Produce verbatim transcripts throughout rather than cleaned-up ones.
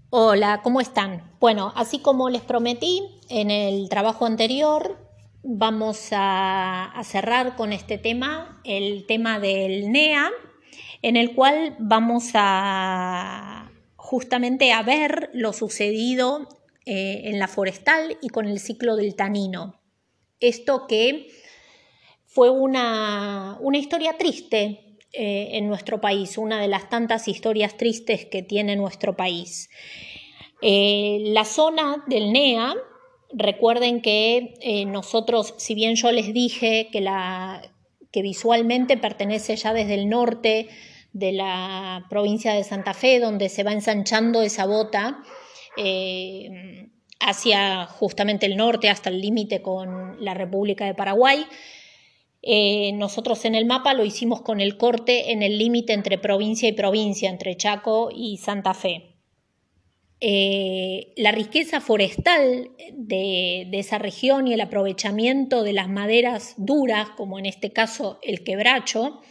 Hola, ¿cómo están? Bueno, así como les prometí en el trabajo anterior, vamos a, a cerrar con este tema, el tema del N E A, en el cual vamos a justamente a ver lo sucedido eh, en la forestal y con el ciclo del tanino. Esto que fue una, una historia triste eh, en nuestro país, una de las tantas historias tristes que tiene nuestro país. Eh, la zona del N E A, recuerden que eh, nosotros, si bien yo les dije que, la, que visualmente pertenece ya desde el norte de la provincia de Santa Fe, donde se va ensanchando esa bota eh, hacia justamente el norte, hasta el límite con la República de Paraguay. Eh, nosotros en el mapa lo hicimos con el corte en el límite entre provincia y provincia, entre Chaco y Santa Fe. Eh, la riqueza forestal de, de esa región y el aprovechamiento de las maderas duras, como en este caso el quebracho,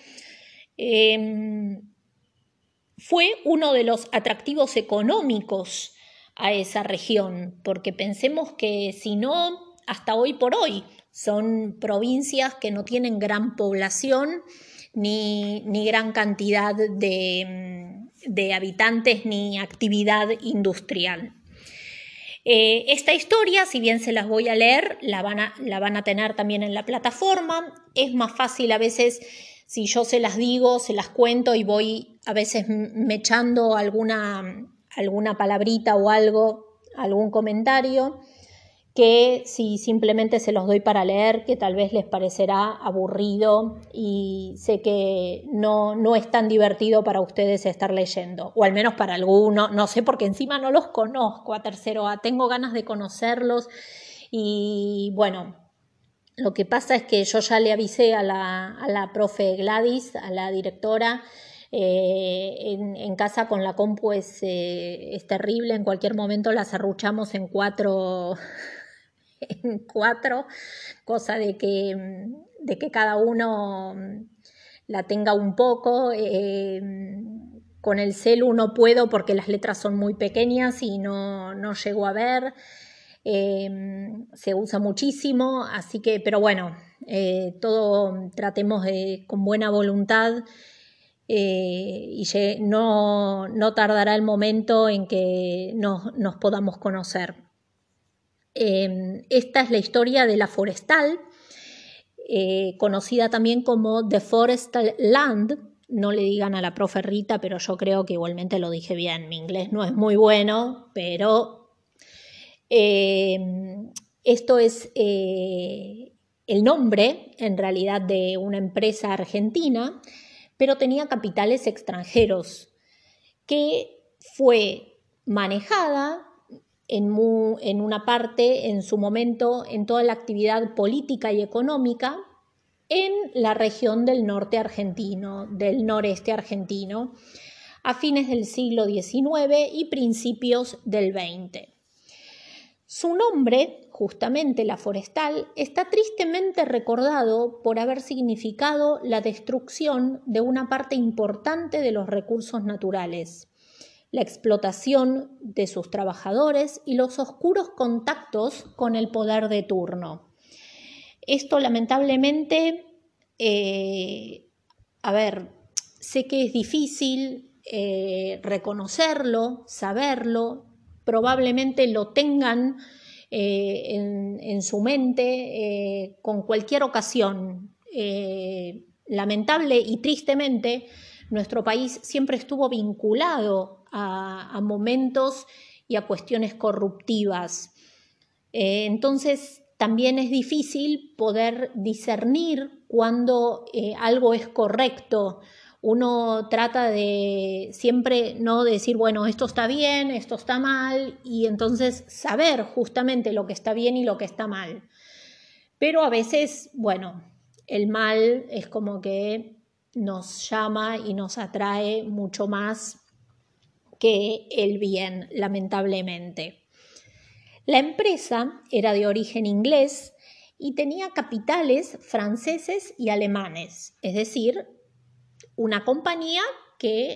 eh, fue uno de los atractivos económicos a esa región, porque pensemos que si no, hasta hoy por hoy, son provincias que no tienen gran población ni, ni gran cantidad de, de habitantes ni actividad industrial. Eh, esta historia, si bien se las voy a leer, la van a, la van a tener también en la plataforma. Es más fácil a veces si yo se las digo, se las cuento y voy a veces mechando alguna, alguna palabrita o algo, algún comentario, que si simplemente se los doy para leer, que tal vez les parecerá aburrido y sé que no, no es tan divertido para ustedes estar leyendo, o al menos para algunos, no sé, porque encima no los conozco a tercero A, tengo ganas de conocerlos y bueno, lo que pasa es que yo ya le avisé a la, a la profe Gladys, a la directora, eh, en, en casa con la compu es, eh, es terrible, en cualquier momento la serruchamos en cuatro en cuatro, cosa de que, de que cada uno la tenga un poco. Eh, con el celu no puedo porque las letras son muy pequeñas y no, no llego a ver. Eh, se usa muchísimo, así que, pero bueno, eh, todo tratemos de, con buena voluntad eh, y no, no tardará el momento en que nos, nos podamos conocer. Eh, esta es la historia de la forestal, eh, conocida también como The Forestal Land. No le digan a la profe Rita, pero yo creo que igualmente lo dije bien. Mi inglés no es muy bueno, pero eh, esto es eh, el nombre, en realidad, de una empresa argentina, pero tenía capitales extranjeros, que fue manejada en, mu, en una parte, en su momento, en toda la actividad política y económica en la región del norte argentino, del noreste argentino, a fines del siglo diecinueve y principios del veinte. Su nombre, justamente la forestal, está tristemente recordado por haber significado la destrucción de una parte importante de los recursos naturales, la explotación de sus trabajadores y los oscuros contactos con el poder de turno. Esto lamentablemente, eh, a ver, sé que es difícil eh, reconocerlo, saberlo, probablemente lo tengan eh, en, en su mente eh, con cualquier ocasión. Eh, lamentable y tristemente, nuestro país siempre estuvo vinculado a, a momentos y a cuestiones corruptivas. Eh, entonces, también es difícil poder discernir cuando eh, algo es correcto. Uno trata de siempre no decir, bueno, esto está bien, esto está mal, y entonces saber justamente lo que está bien y lo que está mal. Pero a veces, bueno, el mal es como que nos llama y nos atrae mucho más que el bien, lamentablemente. La empresa era de origen inglés y tenía capitales franceses y alemanes, es decir, una compañía que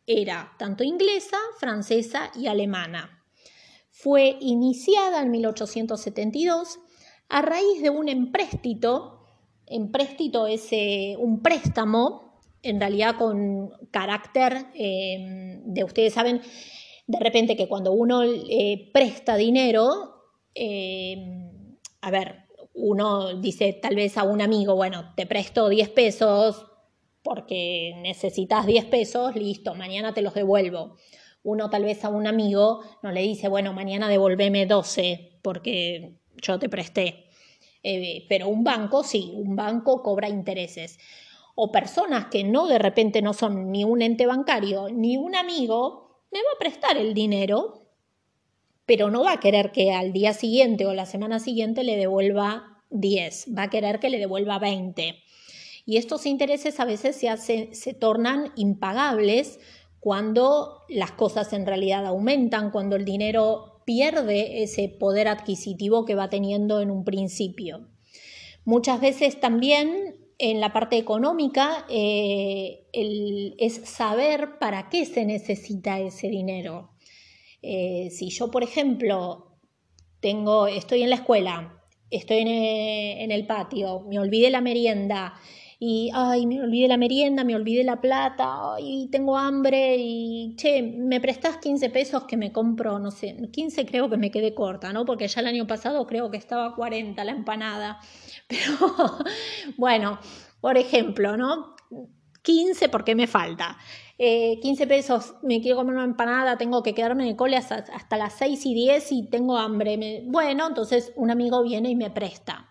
era tanto inglesa, francesa y alemana. Fue iniciada en mil ochocientos setenta y dos a raíz de un empréstito. Empréstito es eh, un préstamo, en realidad con carácter eh, de, ustedes saben, de repente que cuando uno eh, presta dinero, eh, a ver, uno dice tal vez a un amigo, bueno, te presto diez pesos porque necesitas diez pesos, listo, mañana te los devuelvo. Uno tal vez a un amigo no le dice, bueno, mañana devolveme doce porque yo te presté. Eh, pero un banco sí, un banco cobra intereses. O personas que no de repente no son ni un ente bancario ni un amigo, me va a prestar el dinero, pero no va a querer que al día siguiente o la semana siguiente le devuelva diez, va a querer que le devuelva veinte. Y estos intereses a veces se, hace, se tornan impagables cuando las cosas en realidad aumentan, cuando el dinero pierde ese poder adquisitivo que va teniendo en un principio. Muchas veces también en la parte económica eh, el, es saber para qué se necesita ese dinero. Eh, si yo, por ejemplo, tengo, estoy en la escuela, estoy en el, en el patio, me olvidé la merienda y, ay, me olvidé la merienda, me olvidé la plata y tengo hambre y, che, me prestás quince pesos que me compro, no sé, quince creo que me quedé corta, ¿no? Porque ya el año pasado creo que estaba cuarenta la empanada, pero bueno, por ejemplo, ¿no? quince porque me falta. Eh, quince pesos, me quiero comer una empanada, tengo que quedarme en el cole hasta, hasta las seis y diez y tengo hambre. Me, bueno, entonces un amigo viene y me presta.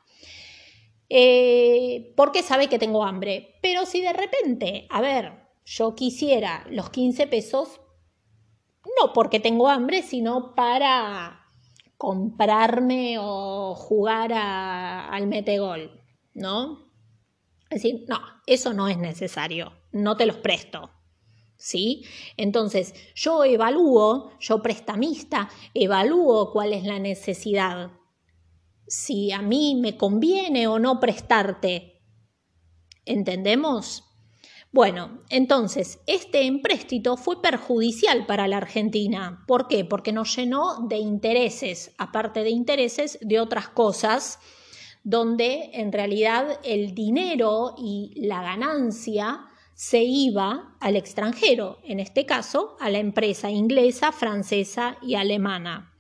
Eh, porque sabe que tengo hambre. Pero si de repente, a ver, yo quisiera los quince pesos, no porque tengo hambre, sino para comprarme o jugar a, al metegol, ¿no? Es decir, no, eso no es necesario, no te los presto. ¿Sí? Entonces, yo evalúo, yo prestamista, evalúo cuál es la necesidad. Si a mí me conviene o no prestarte. ¿Entendemos? Bueno, entonces, este empréstito fue perjudicial para la Argentina. ¿Por qué? Porque nos llenó de intereses, aparte de intereses, de otras cosas, donde en realidad el dinero y la ganancia se iba al extranjero, en este caso a la empresa inglesa, francesa y alemana.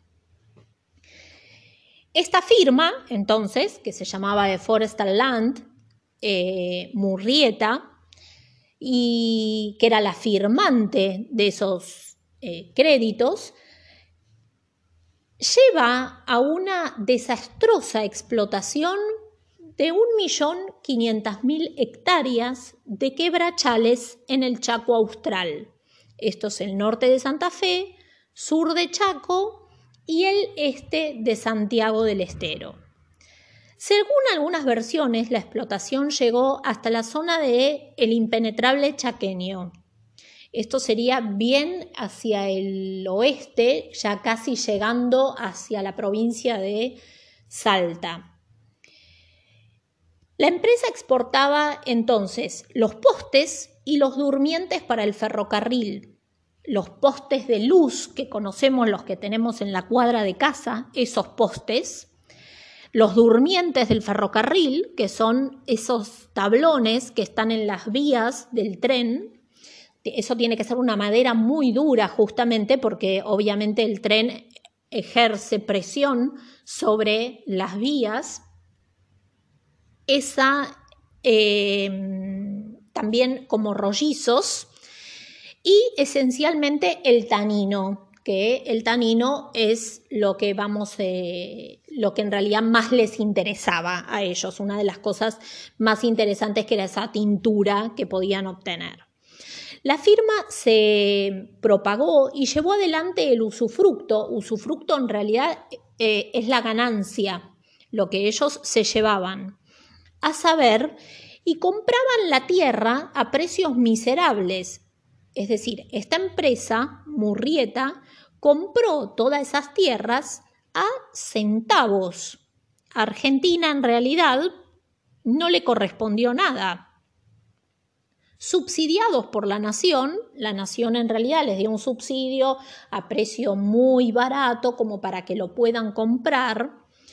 Esta firma, entonces, que se llamaba de Forestal Land, eh, Murrieta, y que era la firmante de esos eh, créditos, lleva a una desastrosa explotación de un millón quinientas mil hectáreas de quebrachales en el Chaco Austral. Esto es el norte de Santa Fe, sur de Chaco y el este de Santiago del Estero. Según algunas versiones, la explotación llegó hasta la zona de el impenetrable chaqueño. Esto sería bien hacia el oeste, ya casi llegando hacia la provincia de Salta. La empresa exportaba entonces los postes y los durmientes para el ferrocarril. Los postes de luz que conocemos, los que tenemos en la cuadra de casa, esos postes. Los durmientes del ferrocarril, que son esos tablones que están en las vías del tren. Eso tiene que ser una madera muy dura justamente porque obviamente el tren ejerce presión sobre las vías. Esa eh, también como rollizos y esencialmente el tanino, que el tanino es lo que vamos, eh, lo que en realidad más les interesaba a ellos, una de las cosas más interesantes que era esa tintura que podían obtener. La firma se propagó y llevó adelante el usufructo. Usufructo en realidad eh, es la ganancia, lo que ellos se llevaban. A saber, y compraban la tierra a precios miserables. Es decir, esta empresa, Murrieta, compró todas esas tierras a centavos. A Argentina en realidad no le correspondió nada. subsidiados por la nación. La nación en realidad les dio un subsidio a precio muy barato como para que lo puedan comprar,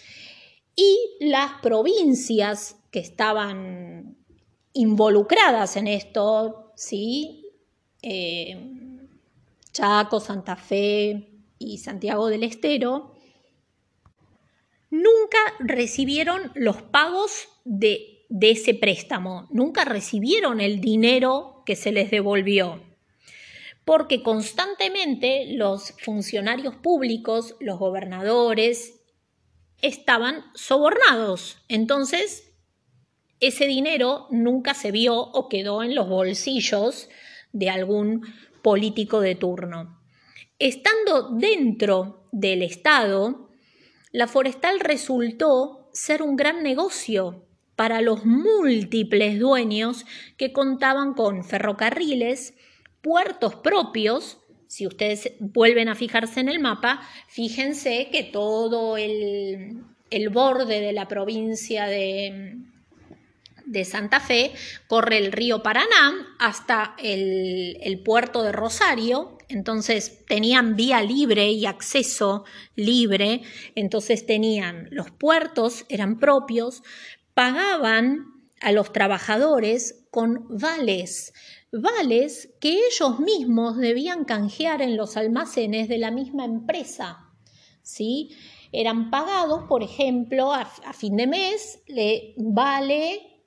y las provincias que estaban involucradas en esto, ¿sí? Eh, Chaco, Santa Fe y Santiago del Estero, nunca recibieron los pagos de, de ese préstamo, nunca recibieron el dinero que se les devolvió, porque constantemente los funcionarios públicos, los gobernadores, estaban sobornados. Entonces, ese dinero nunca se vio o quedó en los bolsillos de algún político de turno. Estando dentro del Estado, la forestal resultó ser un gran negocio para los múltiples dueños que contaban con ferrocarriles, puertos propios. Si ustedes vuelven a fijarse en el mapa, fíjense que todo el, el borde de la provincia de, de Santa Fe corre el río Paraná hasta el, el puerto de Rosario. Entonces tenían vía libre y acceso libre, entonces tenían los puertos, eran propios, pagaban a los trabajadores con vales, vales que ellos mismos debían canjear en los almacenes de la misma empresa, ¿sí? Eran pagados, por ejemplo, a, a fin de mes le vale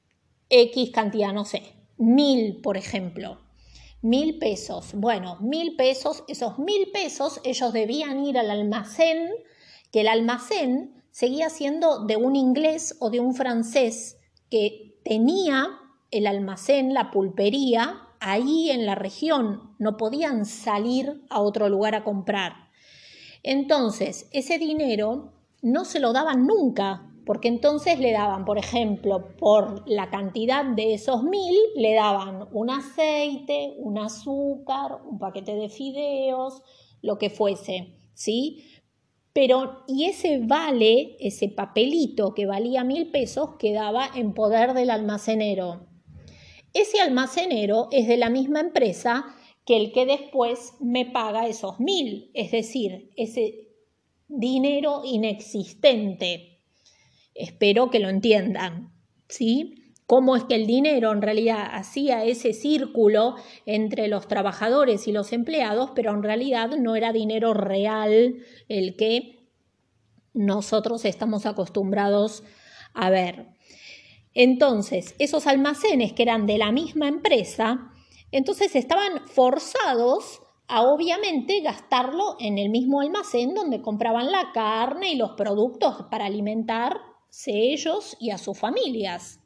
X cantidad, no sé, mil, por ejemplo. Mil pesos. Bueno, mil pesos, esos mil pesos ellos debían ir al almacén, que el almacén seguía siendo de un inglés o de un francés que tenía el almacén, la pulpería, ahí en la región. No podían salir a otro lugar a comprar. Entonces, ese dinero no se lo daban nunca, porque entonces le daban, por ejemplo, por la cantidad de esos mil, le daban un aceite, un azúcar, un paquete de fideos, lo que fuese, ¿sí? Pero, y ese vale, ese papelito que valía mil pesos, quedaba en poder del almacenero. Ese almacenero es de la misma empresa que el que después me paga esos mil, es decir, ese dinero inexistente. Espero que lo entiendan, ¿sí? Cómo es que el dinero en realidad hacía ese círculo entre los trabajadores y los empleados, pero en realidad no era dinero real el que nosotros estamos acostumbrados a ver. Entonces, esos almacenes que eran de la misma empresa, entonces estaban forzados a obviamente gastarlo en el mismo almacén donde compraban la carne y los productos para alimentar ellos y a sus familias.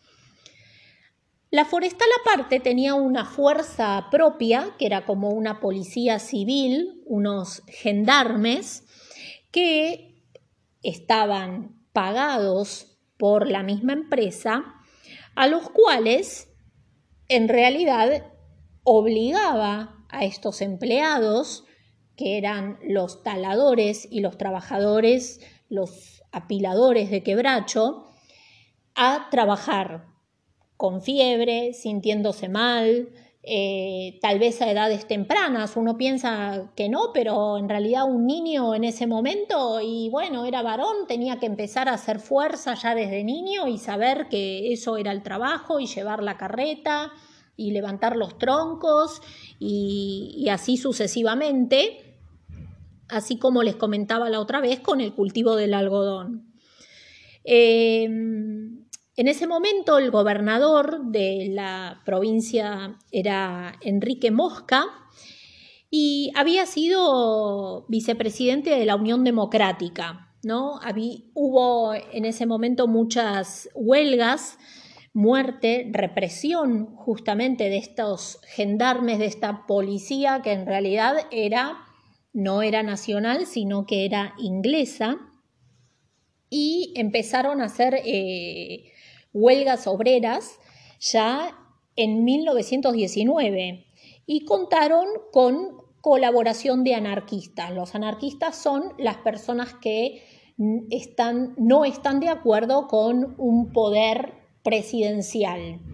La forestal aparte tenía una fuerza propia, que era como una policía civil, unos gendarmes, que estaban pagados por la misma empresa, a los cuales en realidad obligaba a estos empleados, que eran los taladores y los trabajadores, los apiladores de quebracho, a trabajar con fiebre, sintiéndose mal, eh, tal vez a edades tempranas. Uno piensa que no, pero en realidad un niño en ese momento, y bueno, era varón, tenía que empezar a hacer fuerza ya desde niño y saber que eso era el trabajo y llevar la carreta y levantar los troncos y, y así sucesivamente. Así como les comentaba la otra vez con el cultivo del algodón. Eh, en ese momento el gobernador de la provincia era Enrique Mosca y había sido vicepresidente de la Unión Democrática, ¿no? Había, hubo en ese momento muchas huelgas, muerte, represión justamente de estos gendarmes, de esta policía que en realidad era... no era nacional, sino que era inglesa, y empezaron a hacer eh, huelgas obreras ya en mil novecientos diecinueve y contaron con colaboración de anarquistas. Los anarquistas son las personas que están, no están de acuerdo con un poder presidencial.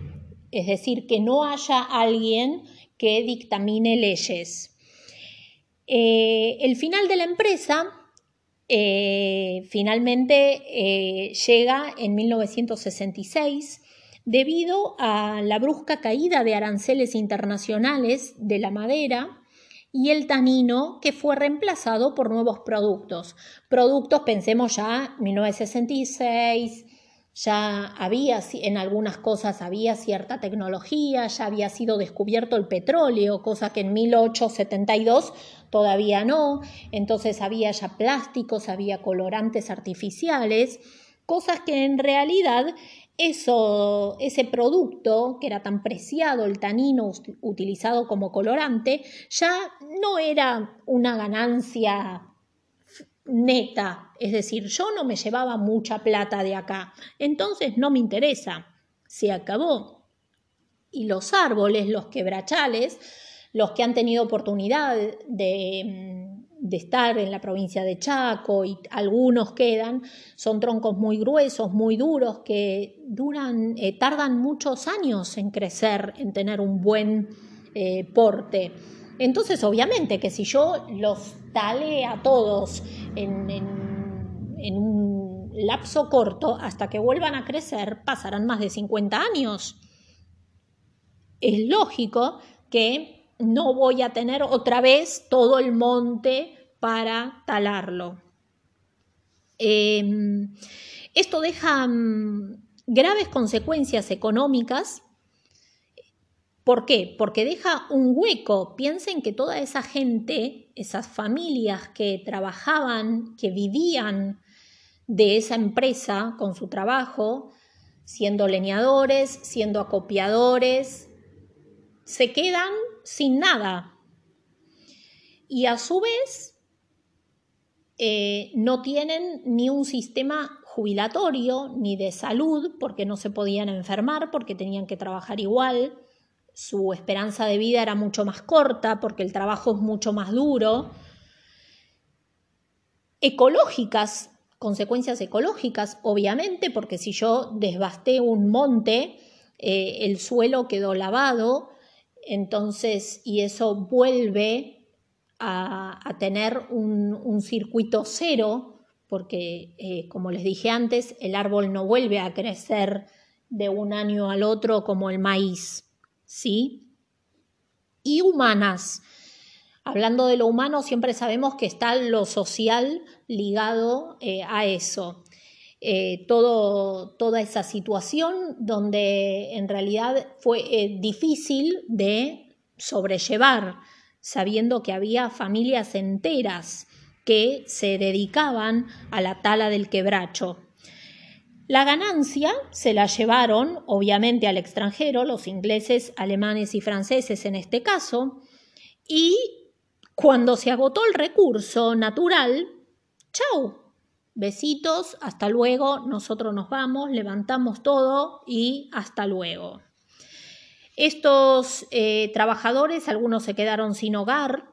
es decir, que no haya alguien que dictamine leyes. Eh, el final de la empresa eh, finalmente eh, llega en mil novecientos sesenta y seis debido a la brusca caída de aranceles internacionales de la madera y el tanino, que fue reemplazado por nuevos productos. Productos, pensemos ya, mil novecientos sesenta y seis, ya había, en algunas cosas había cierta tecnología, ya había sido descubierto el petróleo, cosa que en mil ochocientos setenta y dos todavía no. Entonces había ya plásticos, había colorantes artificiales, cosas que en realidad eso, ese producto que era tan preciado, el tanino utilizado como colorante, ya no era una ganancia neta, es decir, yo no me llevaba mucha plata de acá, entonces no me interesa, se acabó. Y los árboles, los quebrachales, los que han tenido oportunidad de, de estar en la provincia de Chaco, y algunos quedan, son troncos muy gruesos, muy duros, que duran, eh, tardan muchos años en crecer, en tener un buen eh, porte. Entonces, obviamente, que si yo los talé a todos en, en, en un lapso corto, hasta que vuelvan a crecer, pasarán más de cincuenta años. Es lógico que no voy a tener otra vez todo el monte para talarlo. Eh, esto deja um, graves consecuencias económicas. ¿Por qué? Porque deja un hueco. Piensen que toda esa gente, esas familias que trabajaban, que vivían de esa empresa con su trabajo, siendo leñadores, siendo acopiadores, se quedan sin nada. Y a su vez eh, no tienen ni un sistema jubilatorio ni de salud, porque no se podían enfermar, porque tenían que trabajar igual. Su esperanza de vida era mucho más corta porque el trabajo es mucho más duro. Ecológicas, consecuencias ecológicas, obviamente, porque si yo desbasté un monte, eh, el suelo quedó lavado, entonces, y eso vuelve a, a tener un, un circuito cero, porque, eh, como les dije antes, el árbol no vuelve a crecer de un año al otro como el maíz. ¿Sí? Y humanas. Hablando de lo humano, siempre sabemos que está lo social ligado eh, a eso. Eh, todo, toda esa situación donde en realidad fue eh, difícil de sobrellevar, sabiendo que había familias enteras que se dedicaban a la tala del quebracho. La ganancia se la llevaron, obviamente, al extranjero, los ingleses, alemanes y franceses en este caso, y cuando se agotó el recurso natural, ¡chau! Besitos, hasta luego, nosotros nos vamos, levantamos todo y hasta luego. Estos eh, trabajadores, algunos se quedaron sin hogar.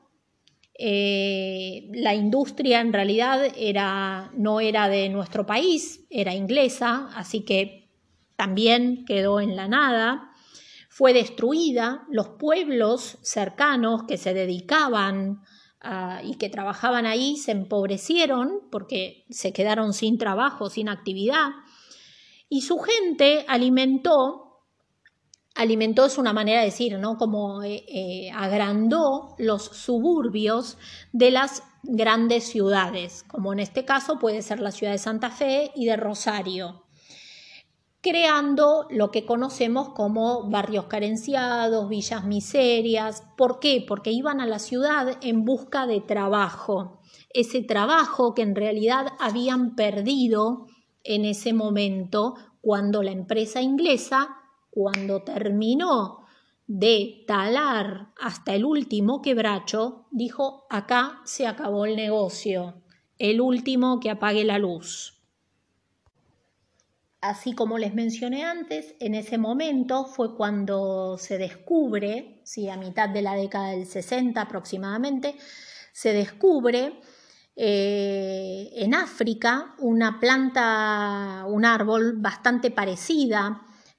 Eh, la industria en realidad era, no era de nuestro país, era inglesa, así que también quedó en la nada. Fue destruida, los pueblos cercanos que se dedicaban uh, y que trabajaban ahí se empobrecieron porque se quedaron sin trabajo, sin actividad, y su gente alimentó Alimentó es una manera de decir, ¿no? Como eh, eh, agrandó los suburbios de las grandes ciudades, como en este caso puede ser la ciudad de Santa Fe y de Rosario, creando lo que conocemos como barrios carenciados, villas miserias. ¿Por qué? Porque iban a la ciudad en busca de trabajo, ese trabajo que en realidad habían perdido en ese momento cuando la empresa inglesa, cuando terminó de talar hasta el último quebracho, dijo: acá se acabó el negocio, el último que apague la luz. Así como les mencioné antes, en ese momento fue cuando se descubre, ¿sí? A mitad de la década del sesenta aproximadamente, se descubre eh, en África una planta, un árbol bastante parecida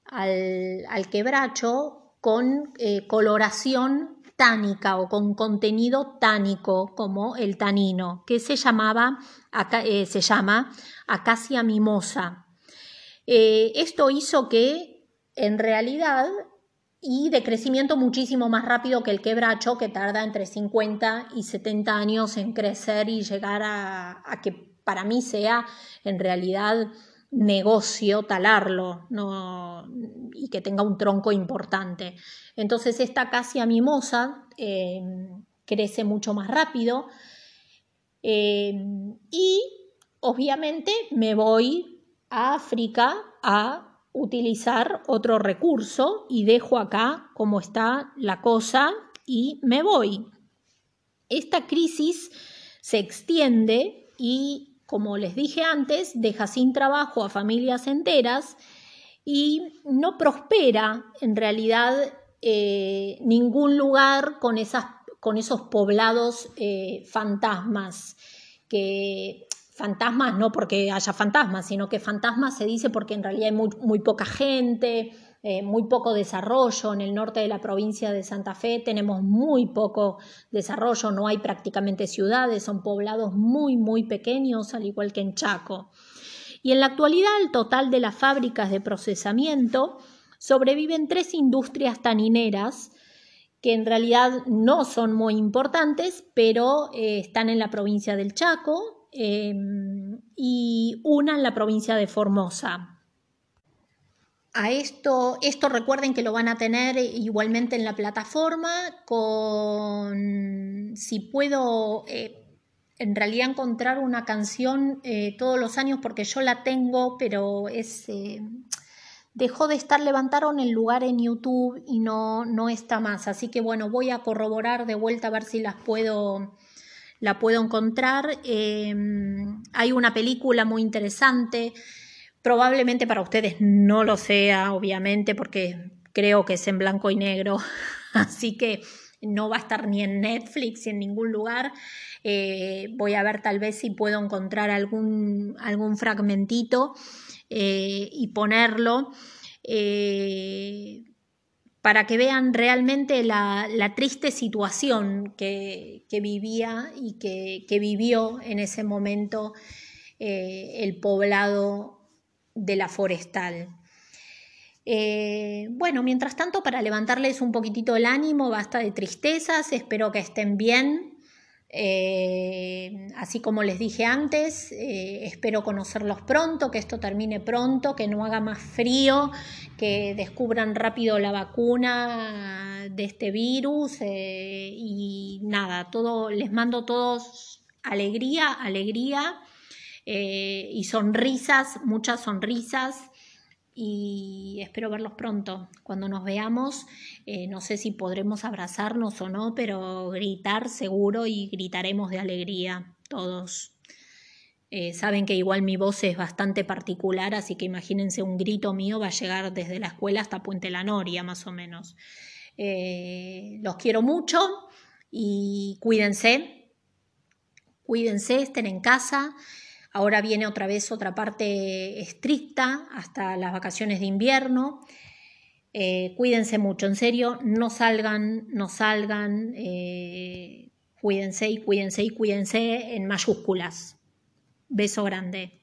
al, al quebracho con eh, coloración tánica o con contenido tánico como el tanino, que se llamaba, eh, se llama acacia mimosa. Eh, esto hizo que en realidad, y de crecimiento muchísimo más rápido que el quebracho, que tarda entre cincuenta y setenta años en crecer y llegar a, a que para mí sea en realidad negocio talarlo, ¿no? Y que tenga un tronco importante. Entonces esta acacia mimosa eh, crece mucho más rápido eh, y obviamente me voy a África a utilizar otro recurso y dejo acá cómo está la cosa y me voy. Esta crisis se extiende y, como les dije antes, deja sin trabajo a familias enteras y no prospera en realidad eh, ningún lugar con, esas, con esos poblados eh, fantasmas, que fantasmas no porque haya fantasmas, sino que fantasmas se dice porque en realidad hay muy, muy poca gente, eh, muy poco desarrollo. En el norte de la provincia de Santa Fe tenemos muy poco desarrollo, no hay prácticamente ciudades, son poblados muy, muy pequeños, al igual que en Chaco. Y en la actualidad, el total de las fábricas de procesamiento sobreviven tres industrias tanineras que en realidad no son muy importantes, pero eh, están en la provincia del Chaco eh, y una en la provincia de Formosa. A esto, esto recuerden que lo van a tener igualmente en la plataforma con, si puedo... Eh, en realidad encontrar una canción eh, todos los años porque yo la tengo, pero es eh, dejó de estar, levantaron el lugar en YouTube y no, no está más. Así que bueno, voy a corroborar de vuelta a ver si las puedo, la puedo encontrar. Eh, hay una película muy interesante, probablemente para ustedes no lo sea, obviamente, porque creo que es en blanco y negro, así que no va a estar ni en Netflix ni en ningún lugar. Eh, voy a ver tal vez si puedo encontrar algún, algún fragmentito eh, y ponerlo eh, para que vean realmente la, la triste situación que, que vivía y que, que vivió en ese momento eh, el poblado de la Forestal. Eh, bueno, mientras tanto, para levantarles un poquitito el ánimo, basta de tristezas, espero que estén bien. Eh, así como les dije antes, eh, espero conocerlos pronto, que esto termine pronto, que no haga más frío, que descubran rápido la vacuna de este virus eh, y nada, todo, les mando todos alegría, alegría eh, y sonrisas, muchas sonrisas. Y espero verlos pronto. Cuando nos veamos, eh, no sé si podremos abrazarnos o no, pero gritar seguro y gritaremos de alegría todos. Eh, saben que igual mi voz es bastante particular, así que imagínense un grito mío va a llegar desde la escuela hasta Puente La Noria, más o menos. Eh, los quiero mucho y cuídense, cuídense, estén en casa. Ahora viene otra vez otra parte estricta hasta las vacaciones de invierno. Eh, cuídense mucho, en serio, no salgan, no salgan. Eh, cuídense y cuídense y cuídense en mayúsculas. Beso grande.